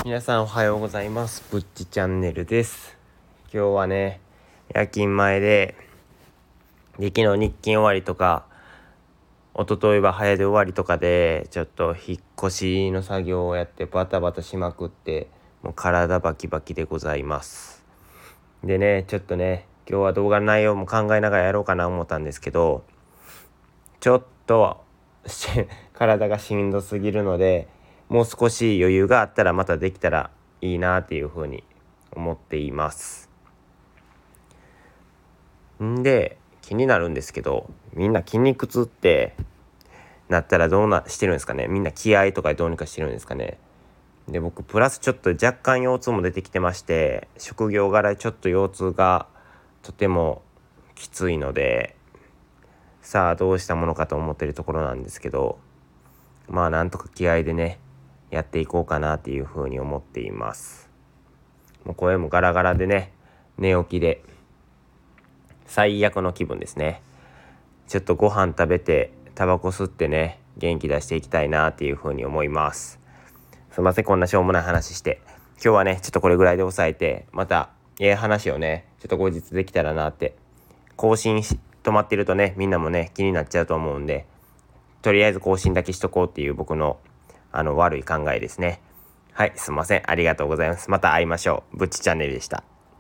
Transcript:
皆さんおはようございます。ぶっちチャンネルです。今日はね、夜勤前で昨日日勤終わりとか一昨日は早出終わりとかでちょっと引っ越しの作業をやってバタバタしまくって、もう体バキバキでございます。でね、ちょっとね、今日は動画の内容も考えながらやろうかな思ったんですけど、ちょっと体がしんどすぎるので、もう少し余裕があったらまたできたらいいなっていうふうに思っています。んで気になるんですけど、みんな筋肉痛ってなったらどうしてるんですかね。みんな気合とかでどうにかしてるんですかね。で、僕プラスちょっと若干腰痛も出てきてまして、職業柄ちょっと腰痛がとてもきついので、さあどうしたものかと思ってるところなんですけど、まあなんとか気合でねやっていこうかなっていうふうに思っています。もう声もガラガラでね、寝起きで最悪の気分ですね。ちょっとご飯食べてタバコ吸ってね、元気出していきたいなっていうふうに思います。すいません、こんなしょうもない話して。今日はねちょっとこれぐらいで抑えて、また話をねちょっと後日できたらなって。止まってるとね、みんなもね気になっちゃうと思うんで、とりあえず更新だけしとこうっていう僕の悪い考えですね。はい、すいません。ありがとうございます。また会いましょう。ぶっちチャンネルでした。